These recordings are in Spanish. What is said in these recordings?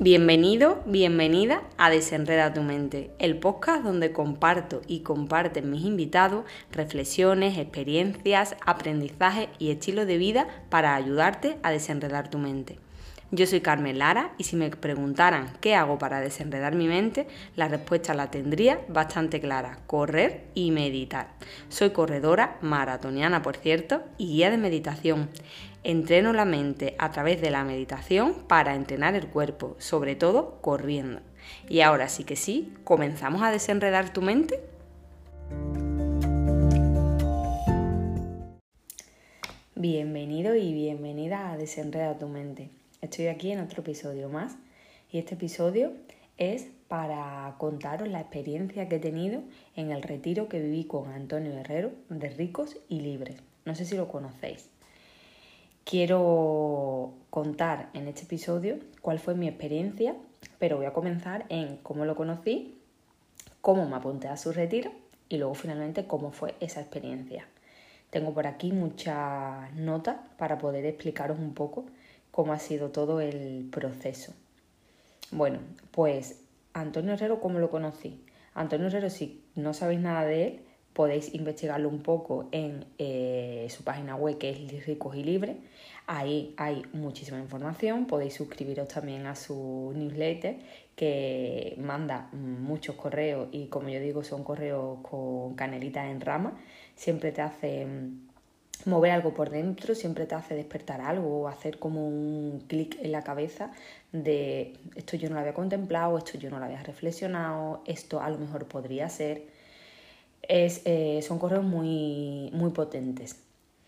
Bienvenido, bienvenida a Desenreda tu mente, el podcast donde comparto y comparten mis invitados reflexiones, experiencias, aprendizajes y estilo de vida para ayudarte a desenredar tu mente. Yo soy Carmen Lara y si me preguntaran qué hago para desenredar mi mente, la respuesta la tendría bastante clara: correr y meditar. Soy corredora, maratoniana por cierto, y guía de meditación. Entreno la mente a través de la meditación para entrenar el cuerpo, sobre todo corriendo. Y ahora sí que sí, ¿comenzamos a desenredar tu mente? Bienvenido y bienvenida a Desenreda tu mente. Estoy aquí en otro episodio más y este episodio es para contaros la experiencia que he tenido en el retiro que viví con Antonio Herrero de Ricos y Libres. No sé si lo conocéis. Quiero contar en este episodio cuál fue mi experiencia, pero voy a comenzar en cómo lo conocí, cómo me apunté a su retiro y luego finalmente cómo fue esa experiencia. Tengo por aquí muchas notas para poder explicaros un poco cómo ha sido todo el proceso. Bueno, pues Antonio Herrero, ¿cómo lo conocí? Antonio Herrero, si no sabéis nada de él, podéis investigarlo un poco en su página web, que es Ricos y Libres. Ahí hay muchísima información. Podéis suscribiros también a su newsletter, que manda muchos correos y, como yo digo, son correos con canelita en rama. Siempre te hace mover algo por dentro, siempre te hace despertar algo o hacer como un clic en la cabeza de esto yo no lo había contemplado, esto yo no lo había reflexionado, esto a lo mejor podría ser. Son correos muy, muy potentes.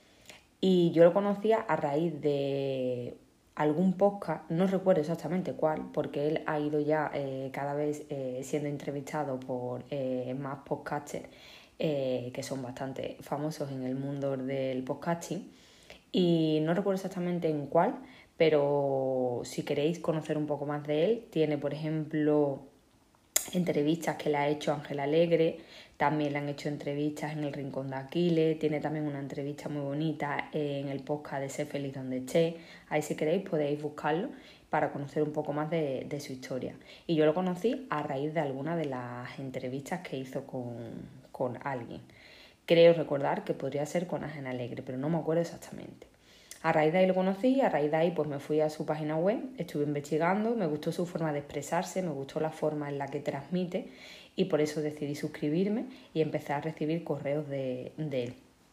Y yo lo conocía a raíz de algún podcast, no recuerdo exactamente cuál, porque él ha ido ya cada vez siendo entrevistado por más podcasters que son bastante famosos en el mundo del podcasting. Y no recuerdo exactamente en cuál, pero si queréis conocer un poco más de él, tiene, por ejemplo, entrevistas que le ha hecho Ángel Alegre, también le han hecho entrevistas en El Rincón de Aquiles, tiene también una entrevista muy bonita en el podcast de Sé Feliz Donde Esté. Ahí, si queréis, podéis buscarlo para conocer un poco más de su historia. Y yo lo conocí a raíz de alguna de las entrevistas que hizo con alguien. Creo recordar que podría ser con Ángel Alegre, pero no me acuerdo exactamente. A raíz de ahí lo conocí y a raíz de ahí pues me fui a su página web, estuve investigando, me gustó su forma de expresarse, me gustó la forma en la que transmite y por eso decidí suscribirme y empecé a recibir correos de él.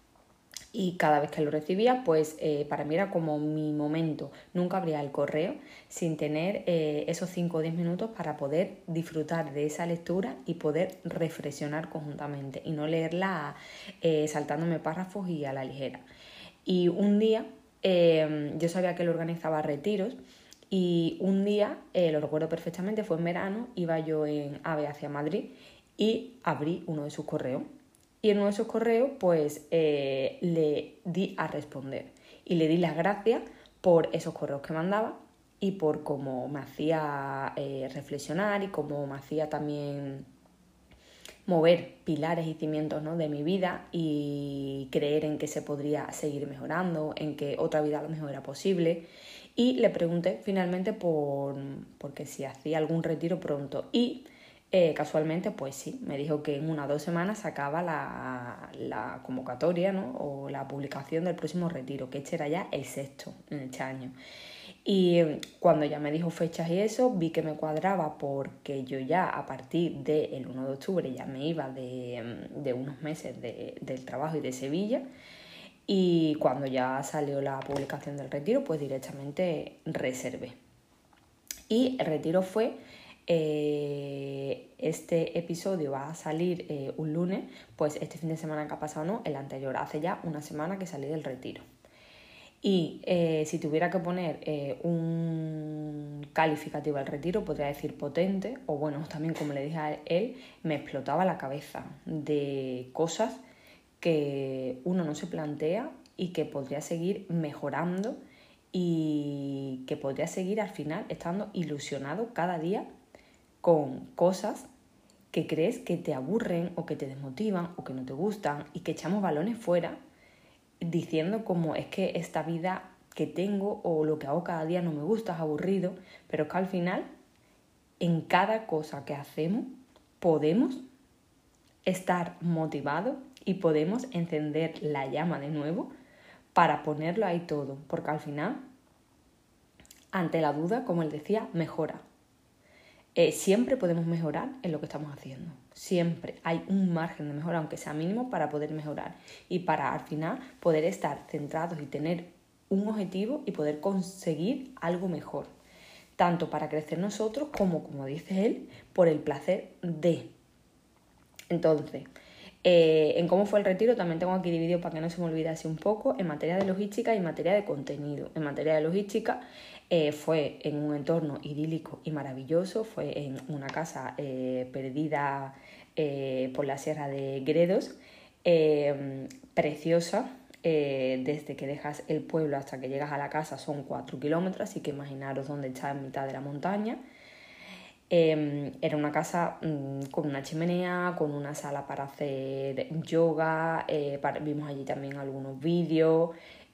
Y cada vez que lo recibía, pues para mí era como mi momento. Nunca abría el correo sin tener esos 5 o 10 minutos para poder disfrutar de esa lectura y poder reflexionar conjuntamente y no leerla saltándome párrafos y a la ligera. Y un día yo sabía que él organizaba retiros y un día, lo recuerdo perfectamente, fue en verano, iba yo en AVE hacia Madrid y abrí uno de sus correos. Y en uno de esos correos pues le di a responder y le di las gracias por esos correos que mandaba y por cómo me hacía reflexionar y cómo me hacía también mover pilares y cimientos, ¿no?, de mi vida y creer en que se podría seguir mejorando, en que otra vida a lo mejor era posible. Y le pregunté finalmente porque si hacía algún retiro pronto y casualmente pues sí, me dijo que en 1 o 2 semanas sacaba la convocatoria, ¿no?, o la publicación del próximo retiro, que este era ya el 6º en este año. Y cuando ya me dijo fechas y eso, vi que me cuadraba porque yo ya a partir del 1 de octubre ya me iba de unos meses del trabajo y de Sevilla. Y cuando ya salió la publicación del retiro, pues directamente reservé. Y el retiro fue, este episodio va a salir un lunes, pues este fin de semana que ha pasado no, el anterior, hace ya 1 semana que salí del retiro. Y si tuviera que poner un calificativo al retiro, podría decir potente, o bueno, también como le dije a él, me explotaba la cabeza de cosas que uno no se plantea y que podría seguir mejorando y que podría seguir al final estando ilusionado cada día con cosas que crees que te aburren o que te desmotivan o que no te gustan y que echamos balones fuera diciendo como es que esta vida que tengo o lo que hago cada día no me gusta, es aburrido, pero es que al final en cada cosa que hacemos podemos estar motivados y podemos encender la llama de nuevo para ponerlo ahí todo, porque al final, ante la duda, como él decía, mejora. Siempre podemos mejorar en lo que estamos haciendo. Siempre hay un margen de mejora, aunque sea mínimo, para poder mejorar y para al final poder estar centrados y tener un objetivo y poder conseguir algo mejor. Tanto para crecer nosotros como dice él, por el placer de. Entonces, en cómo fue el retiro también tengo aquí dividido para que no se me olvide así un poco en materia de logística y en materia de contenido. En materia de logística fue en un entorno idílico y maravilloso, fue en una casa perdida por la sierra de Gredos, preciosa. Desde que dejas el pueblo hasta que llegas a la casa son 4 kilómetros, así que imaginaros dónde está en mitad de la montaña. Era una casa con una chimenea, con una sala para hacer yoga, vimos allí también algunos vídeos,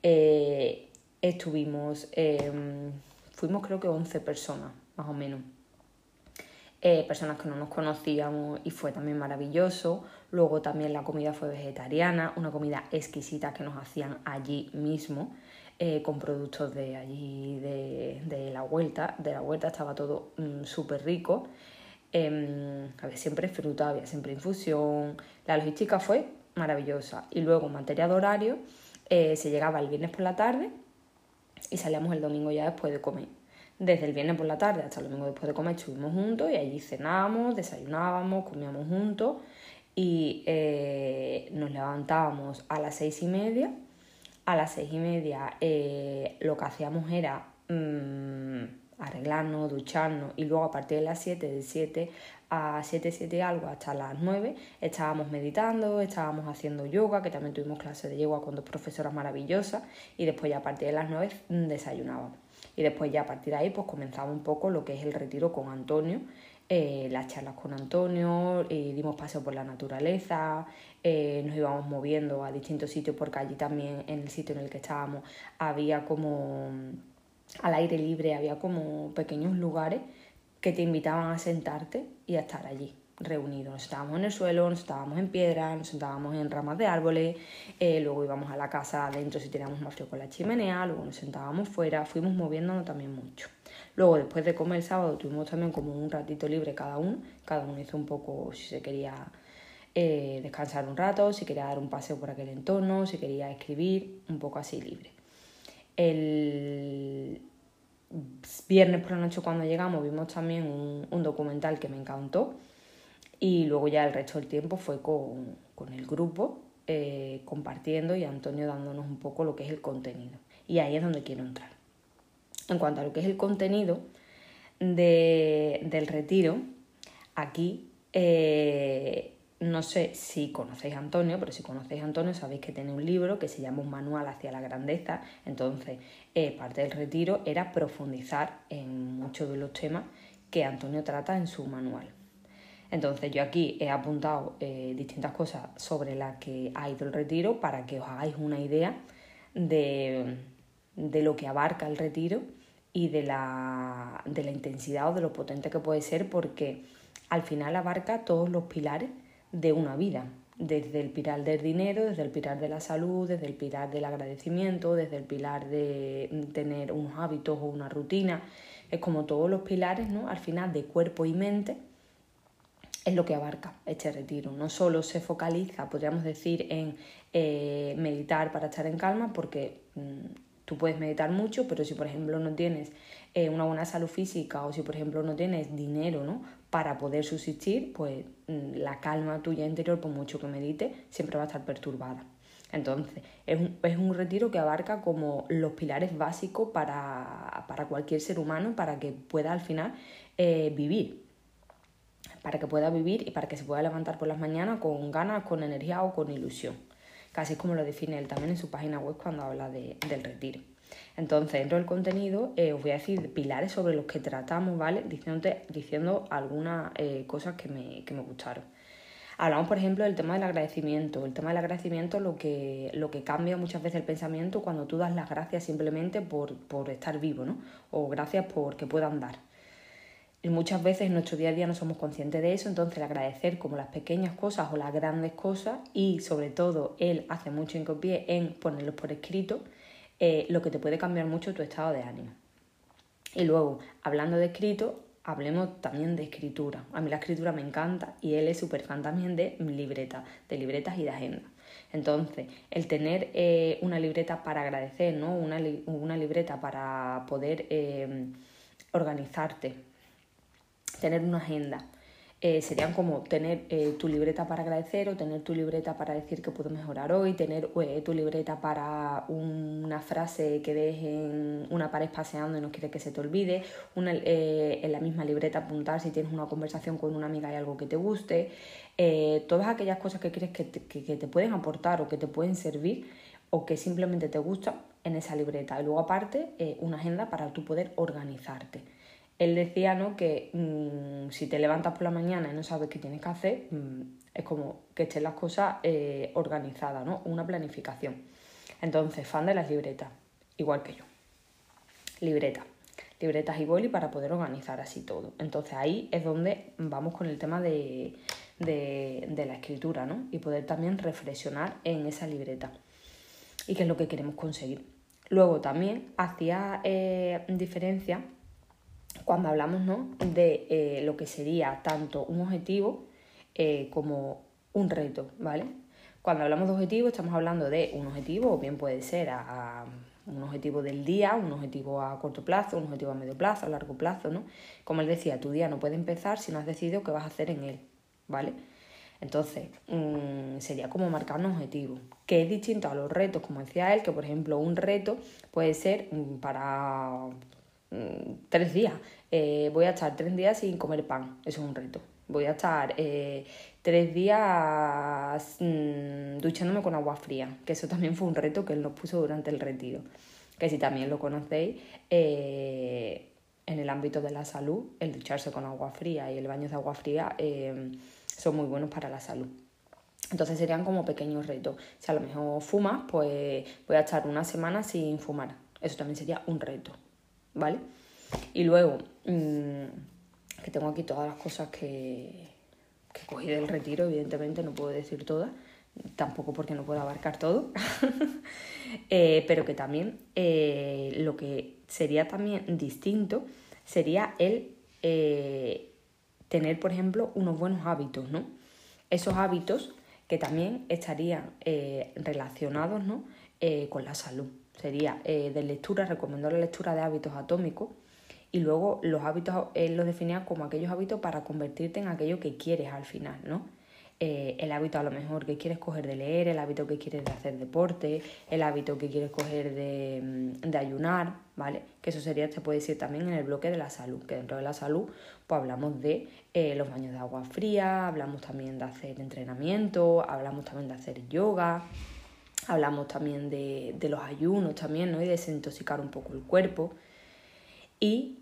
fuimos creo que 11 personas, más o menos. Personas que no nos conocíamos y fue también maravilloso. Luego también la comida fue vegetariana, una comida exquisita que nos hacían allí mismo, con productos de allí de la huerta. De la huerta estaba todo súper rico. Había siempre fruta, había siempre infusión. La logística fue maravillosa. Y luego en materia de horario, se llegaba el viernes por la tarde y salíamos el domingo ya después de comer. Desde el viernes por la tarde hasta el domingo después de comer estuvimos juntos y allí cenábamos, desayunábamos, comíamos juntos y nos levantábamos a las 6:30. A las 6:30 lo que hacíamos era arreglarnos, ducharnos y luego a partir de las 7, de 7 a 7 algo hasta las 9 estábamos meditando, estábamos haciendo yoga, que también tuvimos clases de yoga con 2 profesoras maravillosas y después ya a partir de las 9 desayunábamos. Y después ya a partir de ahí pues comenzaba un poco lo que es el retiro con Antonio, las charlas con Antonio, dimos paseo por la naturaleza, nos íbamos moviendo a distintos sitios porque allí también en el sitio en el que estábamos había como al aire libre, había como pequeños lugares que te invitaban a sentarte y a estar allí reunidos. Nos sentábamos en el suelo, nos sentábamos en piedras, nos sentábamos en ramas de árboles, luego íbamos a la casa adentro si teníamos más frío con la chimenea, luego nos sentábamos fuera, fuimos moviéndonos también mucho. Luego después de comer el sábado tuvimos también como un ratito libre cada uno hizo un poco si se quería descansar un rato, si quería dar un paseo por aquel entorno, si quería escribir, un poco así libre. El viernes por la noche cuando llegamos vimos también un documental que me encantó y luego ya el resto del tiempo fue con el grupo compartiendo y Antonio dándonos un poco lo que es el contenido. Y ahí es donde quiero entrar. En cuanto a lo que es el contenido del retiro, aquí no sé si conocéis a Antonio, pero si conocéis a Antonio sabéis que tiene un libro que se llama Un manual hacia la grandeza. Entonces, parte del retiro era profundizar en muchos de los temas que Antonio trata en su manual. Entonces, yo aquí he apuntado distintas cosas sobre las que ha ido el retiro para que os hagáis una idea de lo que abarca el retiro y de la intensidad o de lo potente que puede ser, porque al final abarca todos los pilares de una vida, desde el pilar del dinero, desde el pilar de la salud, desde el pilar del agradecimiento, desde el pilar de tener unos hábitos o una rutina. Es como todos los pilares, ¿no? Al final de cuerpo y mente es lo que abarca este retiro. No solo se focaliza, podríamos decir, en meditar para estar en calma, porque tú puedes meditar mucho, pero si por ejemplo no tienes una buena salud física o si por ejemplo no tienes dinero, ¿no?, para poder subsistir, pues la calma tuya interior, por mucho que medites, siempre va a estar perturbada. Entonces, es un retiro que abarca como los pilares básicos para cualquier ser humano, para que pueda al final vivir. Para que pueda vivir y para que se pueda levantar por las mañanas con ganas, con energía o con ilusión. Casi es como lo define él también en su página web cuando habla del retiro. Entonces, dentro del contenido os voy a decir pilares sobre los que tratamos, ¿vale? Diciendo algunas cosas que me gustaron. Hablamos, por ejemplo, del tema del agradecimiento. El tema del agradecimiento lo que cambia muchas veces el pensamiento cuando tú das las gracias simplemente por estar vivo, ¿no? O gracias porque pueda andar. Y muchas veces en nuestro día a día no somos conscientes de eso, entonces el agradecer como las pequeñas cosas o las grandes cosas, y sobre todo él hace mucho hincapié en ponerlos por escrito, lo que te puede cambiar mucho tu estado de ánimo. Y luego, hablando de escrito, hablemos también de escritura. A mí la escritura me encanta y él es súper fan también de libretas y de agenda. Entonces, el tener una libreta para agradecer, ¿no? Una libreta para poder organizarte, tener una agenda. Serían como tener tu libreta para agradecer o tener tu libreta para decir que puedo mejorar hoy, tener tu libreta para una frase que ves en una pared paseando y no quieres que se te olvide, en la misma libreta apuntar si tienes una conversación con una amiga y algo que te guste, todas aquellas cosas que crees que te pueden aportar o que te pueden servir o que simplemente te gustan en esa libreta. Y luego aparte una agenda para tú poder organizarte. Él decía, ¿no?, que si te levantas por la mañana y no sabes qué tienes que hacer, es como que estén las cosas organizadas, ¿no? Una planificación. Entonces, fan de las libretas, igual que yo. Libretas y boli para poder organizar así todo. Entonces ahí es donde vamos con el tema de la escritura, ¿no? Y poder también reflexionar en esa libreta. ¿Y qué es lo que queremos conseguir? Luego también hacía diferencia cuando hablamos, ¿no?, de lo que sería tanto un objetivo como un reto, ¿vale? Cuando hablamos de objetivo estamos hablando de un objetivo, o bien puede ser un objetivo del día, un objetivo a corto plazo, un objetivo a medio plazo, a largo plazo, ¿no? Como él decía, tu día no puede empezar si no has decidido qué vas a hacer en él, ¿vale? Entonces, sería como marcar un objetivo, que es distinto a los retos, como decía él, que por ejemplo un reto puede ser para 3 días. Voy a estar 3 días sin comer pan, eso es un reto. Voy a estar 3 días duchándome con agua fría, que eso también fue un reto que él nos puso durante el retiro, que si también lo conocéis, en el ámbito de la salud, el ducharse con agua fría y el baño de agua fría son muy buenos para la salud. Entonces serían como pequeños retos. Si a lo mejor fumas, pues voy a estar una semana sin fumar. Eso también sería un reto, ¿vale? Y luego, que tengo aquí todas las cosas que cogí del retiro, evidentemente no puedo decir todas, tampoco porque no puedo abarcar todo, pero que también lo que sería también distinto sería el tener, por ejemplo, unos buenos hábitos, ¿no? Esos hábitos que también estarían relacionados, ¿no?, con la salud. Sería de lectura, recomendó la lectura de hábitos atómicos, y luego los hábitos él los definía como aquellos hábitos para convertirte en aquello que quieres al final, ¿no? El hábito a lo mejor que quieres coger de leer, el hábito que quieres de hacer deporte, el hábito que quieres coger de ayunar, ¿vale? Que eso sería, se puede decir también en el bloque de la salud, que dentro de la salud pues hablamos de los baños de agua fría, hablamos también de hacer entrenamiento, hablamos también de hacer yoga, hablamos también de los ayunos también, ¿no?, y de desintoxicar un poco el cuerpo. Y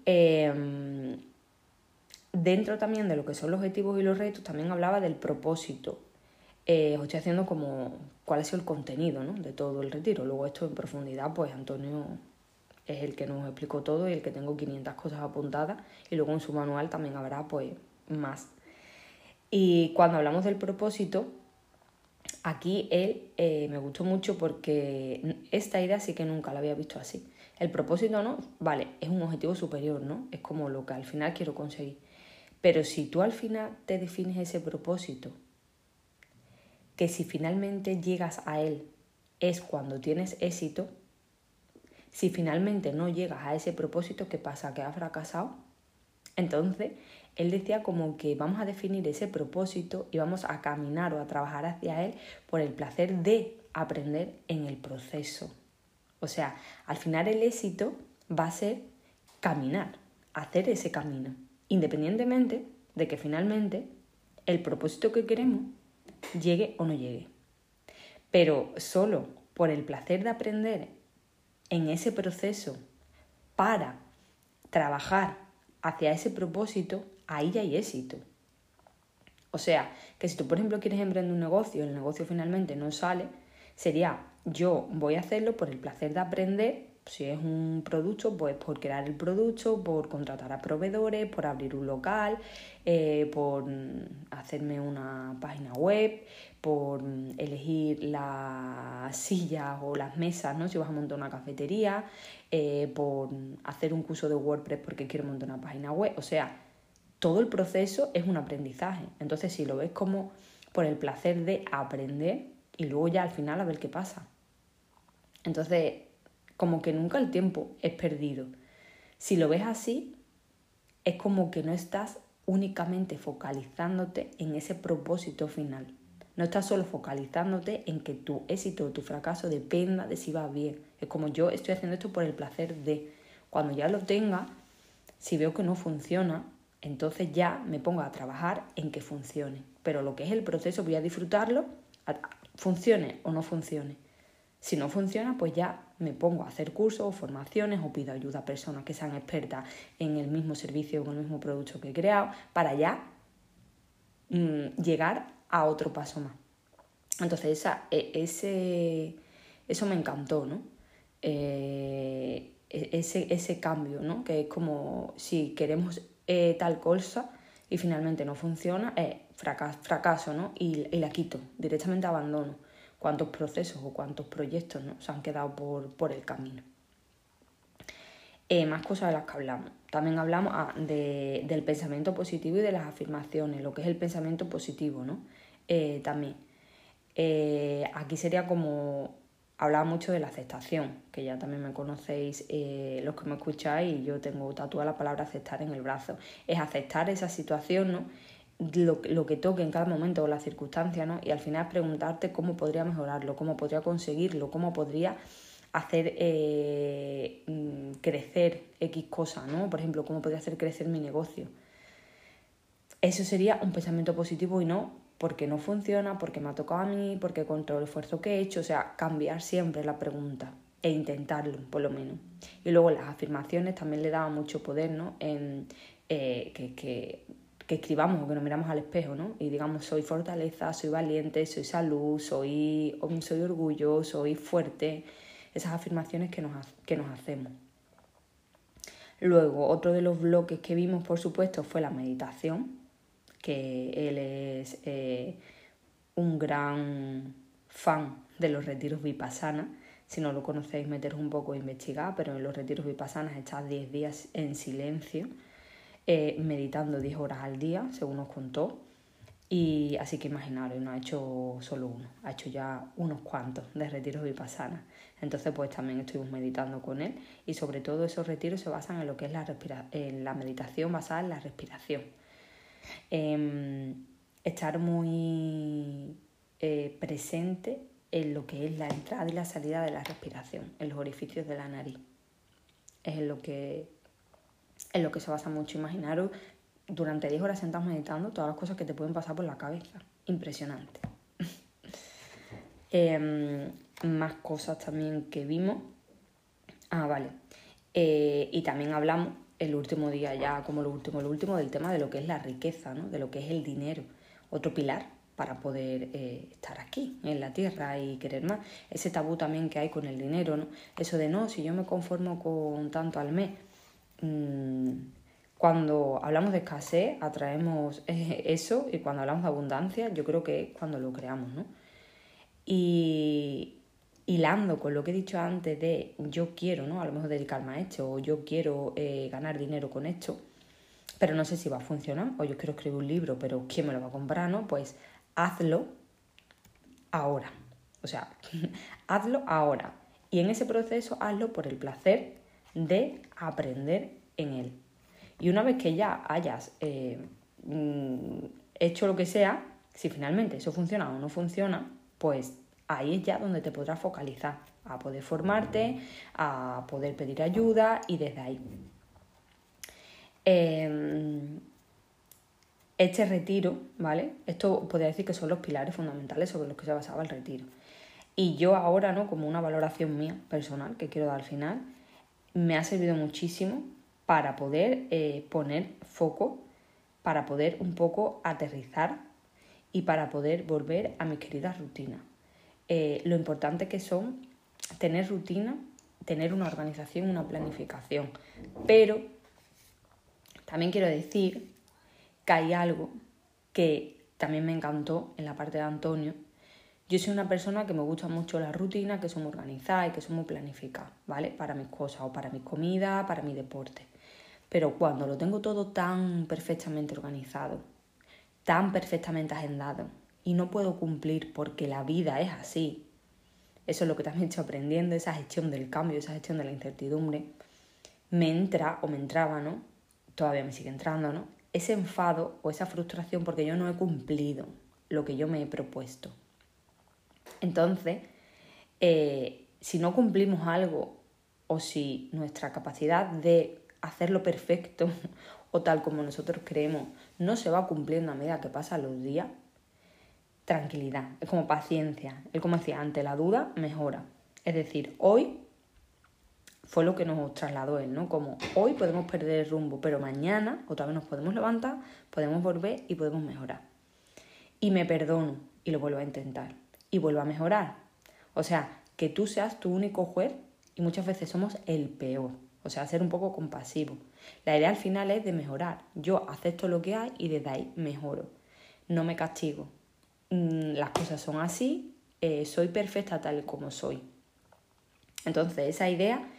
dentro también de lo que son los objetivos y los retos también hablaba del propósito. Os estoy haciendo como cuál ha sido el contenido, ¿no?, de todo el retiro. Luego esto en profundidad, pues Antonio es el que nos explicó todo y el que tengo 500 cosas apuntadas, y luego en su manual también habrá pues más. Y cuando hablamos del propósito, aquí él me gustó mucho porque esta idea sí que nunca la había visto así. El propósito, ¿no?, vale, es un objetivo superior, ¿no? Es como lo que al final quiero conseguir. Pero si tú al final te defines ese propósito, que si finalmente llegas a él es cuando tienes éxito, si finalmente no llegas a ese propósito, ¿qué pasa? ¿Que has fracasado? Entonces, él decía como que vamos a definir ese propósito y vamos a caminar o a trabajar hacia él por el placer de aprender en el proceso. O sea, al final el éxito va a ser caminar, hacer ese camino, independientemente de que finalmente el propósito que queremos llegue o no llegue. Pero solo por el placer de aprender en ese proceso para trabajar hacia ese propósito, ahí ya hay éxito. O sea, que si tú, por ejemplo, quieres emprender un negocio y el negocio finalmente no sale, sería yo voy a hacerlo por el placer de aprender Si es un producto, pues por crear el producto, por contratar a proveedores, por abrir un local, por hacerme una página web, por elegir las sillas o las mesas, ¿no? Si vas a montar una cafetería, por hacer un curso de WordPress porque quiero montar una página web. O sea, todo el proceso es un aprendizaje. Entonces, si lo ves como por el placer de aprender y luego ya al final a ver qué pasa. Entonces, como que nunca el tiempo es perdido. Si lo ves así, es como que no estás únicamente focalizándote en ese propósito final. No estás solo focalizándote en que tu éxito o tu fracaso dependa de si va bien. Es como yo estoy haciendo esto por el placer de. Cuando ya lo tenga, si veo que no funciona, entonces ya me pongo a trabajar en que funcione. Pero lo que es el proceso voy a disfrutarlo, funcione o no funcione. Si no funciona, pues ya me pongo a hacer cursos o formaciones o pido ayuda a personas que sean expertas en el mismo servicio o en el mismo producto que he creado para ya llegar a otro paso más. Entonces eso me encantó, ¿no? Ese cambio, ¿no? Que es como si queremos tal cosa y finalmente no funciona, fracaso, ¿no? Y la quito, directamente abandono. Cuántos procesos o cuántos proyectos, ¿no? Se han quedado por el camino. Más cosas de las que hablamos. También hablamos del pensamiento positivo y de las afirmaciones, lo que es el pensamiento positivo, ¿no? También. Aquí sería como. Hablaba mucho de la aceptación, que ya también me conocéis los que me escucháis, y yo tengo tatuada la palabra aceptar en el brazo. Es aceptar esa situación, ¿no? Lo que toque en cada momento o las circunstancias, ¿no? Y al final preguntarte cómo podría mejorarlo, cómo podría conseguirlo, cómo podría hacer crecer X cosa, ¿no? Por ejemplo, cómo podría hacer crecer mi negocio. Eso sería un pensamiento positivo y no porque no funciona, porque me ha tocado a mí, porque contra el esfuerzo que he hecho. O sea, cambiar siempre la pregunta e intentarlo, por lo menos. Y luego las afirmaciones también le daban mucho poder, ¿no? En que escribamos o que nos miramos al espejo, ¿no? Y digamos, soy fortaleza, soy valiente, soy salud, soy orgullo, soy fuerte. Esas afirmaciones que nos hacemos. Luego, otro de los bloques que vimos, por supuesto, fue la meditación, que él es un gran fan de los retiros vipassana. Si no lo conocéis, meteros un poco a investigar, pero en los retiros vipassana estás 10 días en silencio, meditando 10 horas al día, según nos contó. Y así que imaginaros, no ha hecho solo uno, ha hecho ya unos cuantos de retiros vipassana. Entonces pues también estuvimos meditando con él, y sobre todo esos retiros se basan en lo que es la meditación basada en la respiración. Estar muy presente en lo que es la entrada y la salida de la respiración, en los orificios de la nariz. Es en lo que se basa mucho. Imaginaros durante 10 horas sentados meditando todas las cosas que te pueden pasar por la cabeza. Impresionante. Más cosas también que vimos. Vale. Y también hablamos el último día, ya como lo último, del tema de lo que es la riqueza, ¿no? De lo que es el dinero. Otro pilar para poder estar aquí, en la tierra, y querer más. Ese tabú también que hay con el dinero, ¿no? Eso de no, si yo me conformo con tanto al mes. Cuando hablamos de escasez atraemos eso, y cuando hablamos de abundancia yo creo que es cuando lo creamos, ¿no? Y hilando con lo que he dicho antes de yo quiero, ¿no? A lo mejor dedicarme a esto, o yo quiero ganar dinero con esto, pero no sé si va a funcionar, o yo quiero escribir un libro, pero ¿quién me lo va a comprar, no? Pues hazlo ahora. O sea, hazlo ahora. Y en ese proceso hazlo por el placer de aprender en él. Y una vez que ya hayas hecho lo que sea, si finalmente eso funciona o no funciona, pues ahí es ya donde te podrás focalizar, a poder formarte, a poder pedir ayuda, y desde ahí. Este retiro, ¿vale? Esto podría decir que son los pilares fundamentales sobre los que se basaba el retiro. Y yo ahora, ¿no? Como una valoración mía personal que quiero dar al final, me ha servido muchísimo para poder poner foco, para poder un poco aterrizar y para poder volver a mis queridas rutinas. Lo importante que son tener rutina tener una organización, una planificación. Pero también quiero decir que hay algo que también me encantó en la parte de Antonio. Yo soy una persona que me gusta mucho la rutina, que soy muy organizada y que soy muy planificada, ¿vale? Para mis cosas o para mi comida, para mi deporte. Pero cuando lo tengo todo tan perfectamente organizado, tan perfectamente agendado y no puedo cumplir porque la vida es así, eso es lo que también he hecho aprendiendo, esa gestión del cambio, esa gestión de la incertidumbre, me entra o me entraba, ¿no? Todavía me sigue entrando, ¿no? Ese enfado o esa frustración porque yo no he cumplido lo que yo me he propuesto. Entonces, si no cumplimos algo o si nuestra capacidad de hacerlo perfecto o tal como nosotros creemos no se va cumpliendo a medida que pasan los días, tranquilidad, es como paciencia. Él, como decía, ante la duda mejora. Es decir, hoy fue lo que nos trasladó él, ¿no? Como hoy podemos perder el rumbo, pero mañana otra vez nos podemos levantar, podemos volver y podemos mejorar. Y me perdono y lo vuelvo a intentar y vuelvo a mejorar. O sea, que tú seas tu único juez y muchas veces somos el peor. O sea, ser un poco compasivo. La idea al final es de mejorar. Yo acepto lo que hay y desde ahí mejoro. No me castigo. Las cosas son así, soy perfecta tal como soy. Entonces, esa idea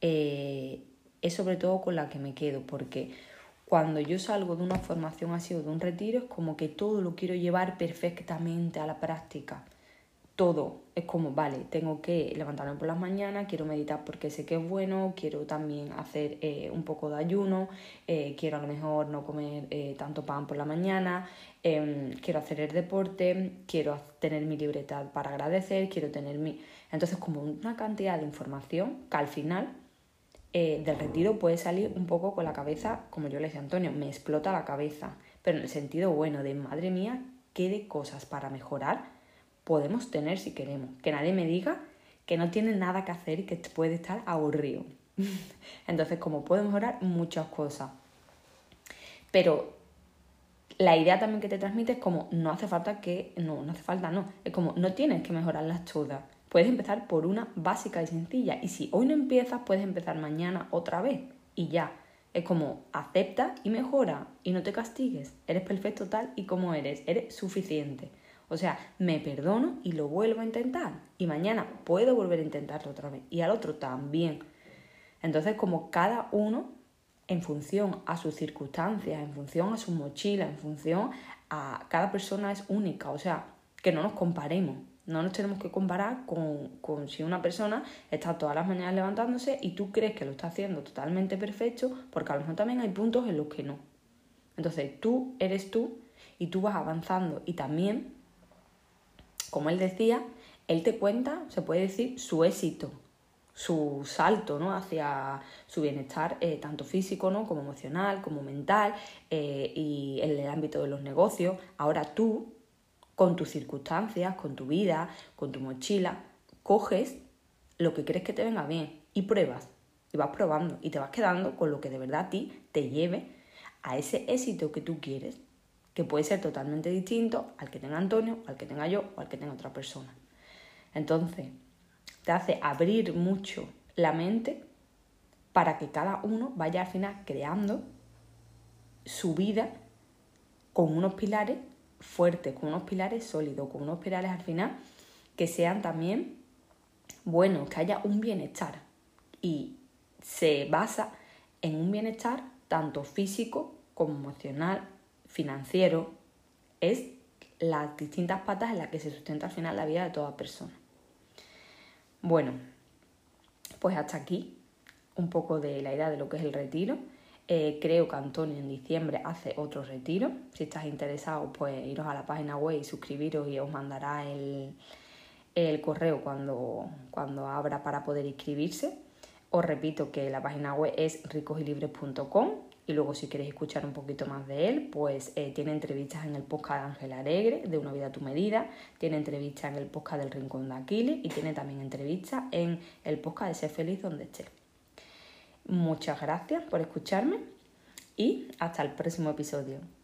es sobre todo con la que me quedo, porque cuando yo salgo de una formación así o de un retiro es como que todo lo quiero llevar perfectamente a la práctica. Todo es como, vale, tengo que levantarme por las mañanas, quiero meditar porque sé que es bueno, quiero también hacer un poco de ayuno, quiero a lo mejor no comer tanto pan por la mañana, quiero hacer el deporte, quiero tener mi libreta para agradecer, quiero tener mi... Entonces, como una cantidad de información que al final del retiro puede salir un poco con la cabeza, como yo le decía a Antonio, me explota la cabeza, pero en el sentido bueno de, madre mía, qué de cosas para mejorar podemos tener si queremos. Que nadie me diga que no tiene nada que hacer y que puede estar aburrido. Entonces, como puedo mejorar muchas cosas. Pero la idea también que te transmite es como no hace falta. Es como no tienes que mejorarlas todas. Puedes empezar por una básica y sencilla. Y si hoy no empiezas, puedes empezar mañana otra vez. Y ya. Es como acepta y mejora. Y no te castigues. Eres perfecto tal y como eres. Eres suficiente. O sea, me perdono y lo vuelvo a intentar. Y mañana puedo volver a intentarlo otra vez. Y al otro también. Entonces, como cada uno, en función a sus circunstancias, en función a su mochila, en función a... Cada persona es única. O sea, que no nos comparemos. No nos tenemos que comparar con si una persona está todas las mañanas levantándose y tú crees que lo está haciendo totalmente perfecto, porque a lo mejor también hay puntos en los que no. Entonces, tú eres tú y tú vas avanzando. Y también, como él decía, él te cuenta, se puede decir, su éxito, su salto, ¿no?, hacia su bienestar, tanto físico, ¿no?, como emocional, como mental, y en el ámbito de los negocios. Ahora tú, con tus circunstancias, con tu vida, con tu mochila, coges lo que crees que te venga bien y pruebas. Y vas probando y te vas quedando con lo que de verdad a ti te lleve a ese éxito que tú quieres, que puede ser totalmente distinto al que tenga Antonio, al que tenga yo o al que tenga otra persona. Entonces, te hace abrir mucho la mente para que cada uno vaya al final creando su vida con unos pilares fuertes, con unos pilares sólidos, con unos pilares al final que sean también buenos, que haya un bienestar. Y se basa en un bienestar tanto físico como emocional, financiero. Es las distintas patas en las que se sustenta al final la vida de toda persona. Bueno, pues hasta aquí un poco de la idea de lo que es el retiro. Creo que Antonio en diciembre hace otro retiro. Si estás interesado, pues iros a la página web y suscribiros y os mandará el correo cuando abra para poder inscribirse. Os repito que la página web es ricosilibres.com y luego si queréis escuchar un poquito más de él, pues tiene entrevistas en el podcast de Ángel Alegre, de Una vida a tu medida, tiene entrevistas en el podcast del Rincón de Aquiles y tiene también entrevistas en el podcast de Ser feliz donde estés. Muchas gracias por escucharme y hasta el próximo episodio.